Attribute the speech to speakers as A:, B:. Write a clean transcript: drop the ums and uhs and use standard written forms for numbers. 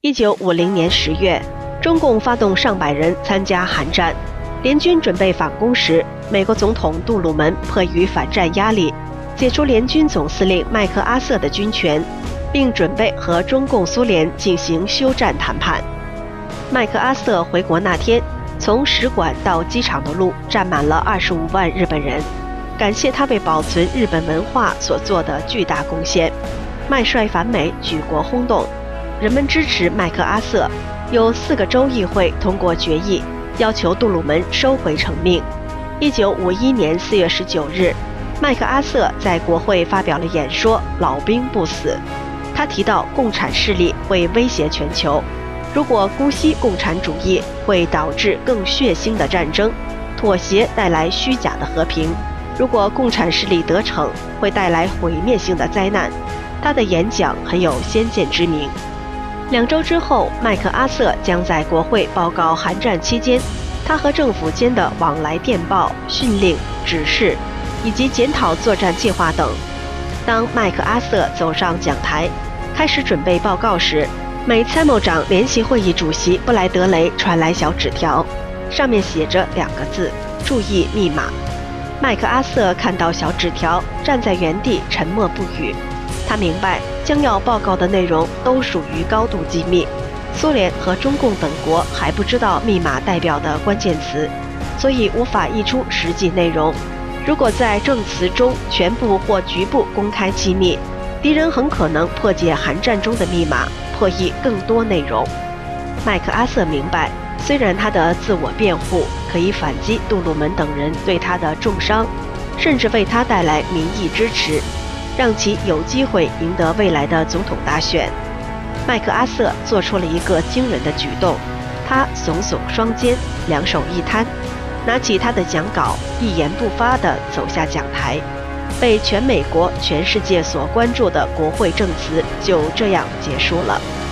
A: 1950年10月，中共发动上百人参加韩战，联军准备反攻时，美国总统杜鲁门迫于反战压力，解除联军总司令麦克阿瑟的军权，并准备和中共苏联进行休战谈判。麦克阿瑟回国那天，从使馆到机场的路站满了25万日本人，感谢他为保存日本文化所做的巨大贡献。麦帅访美，举国轰动，人们支持麦克阿瑟。有4个州议会通过决议，要求杜鲁门收回成命。1951年4月19日，麦克阿瑟在国会发表了演说《老兵不死》。他提到共产势力会威胁全球，如果姑息共产主义，会导致更血腥的战争；妥协带来虚假的和平。如果共产势力得逞，会带来毁灭性的灾难。他的演讲很有先见之明。2周之后，麦克阿瑟将在国会报告韩战期间他和政府间的往来电报、训令、指示，以及检讨作战计划等。当麦克阿瑟走上讲台，开始准备报告时，美参谋长联席会议主席布莱德雷传来小纸条，上面写着2个字：注意密码。麦克阿瑟看到小纸条，站在原地沉默不语。他明白将要报告的内容都属于高度机密，苏联和中共等国还不知道密码代表的关键词，所以无法译出实际内容。如果在证词中全部或局部公开机密，敌人很可能破解韩战中的密码，破译更多内容。麦克阿瑟明白，虽然他的自我辩护可以反击杜鲁门等人对他的重伤，甚至为他带来民意支持，让其有机会赢得未来的总统大选。麦克阿瑟做出了一个惊人的举动，他耸耸双肩，2手一摊，拿起他的讲稿，一言不发地走下讲台。被全美国、全世界所关注的国会证词就这样结束了。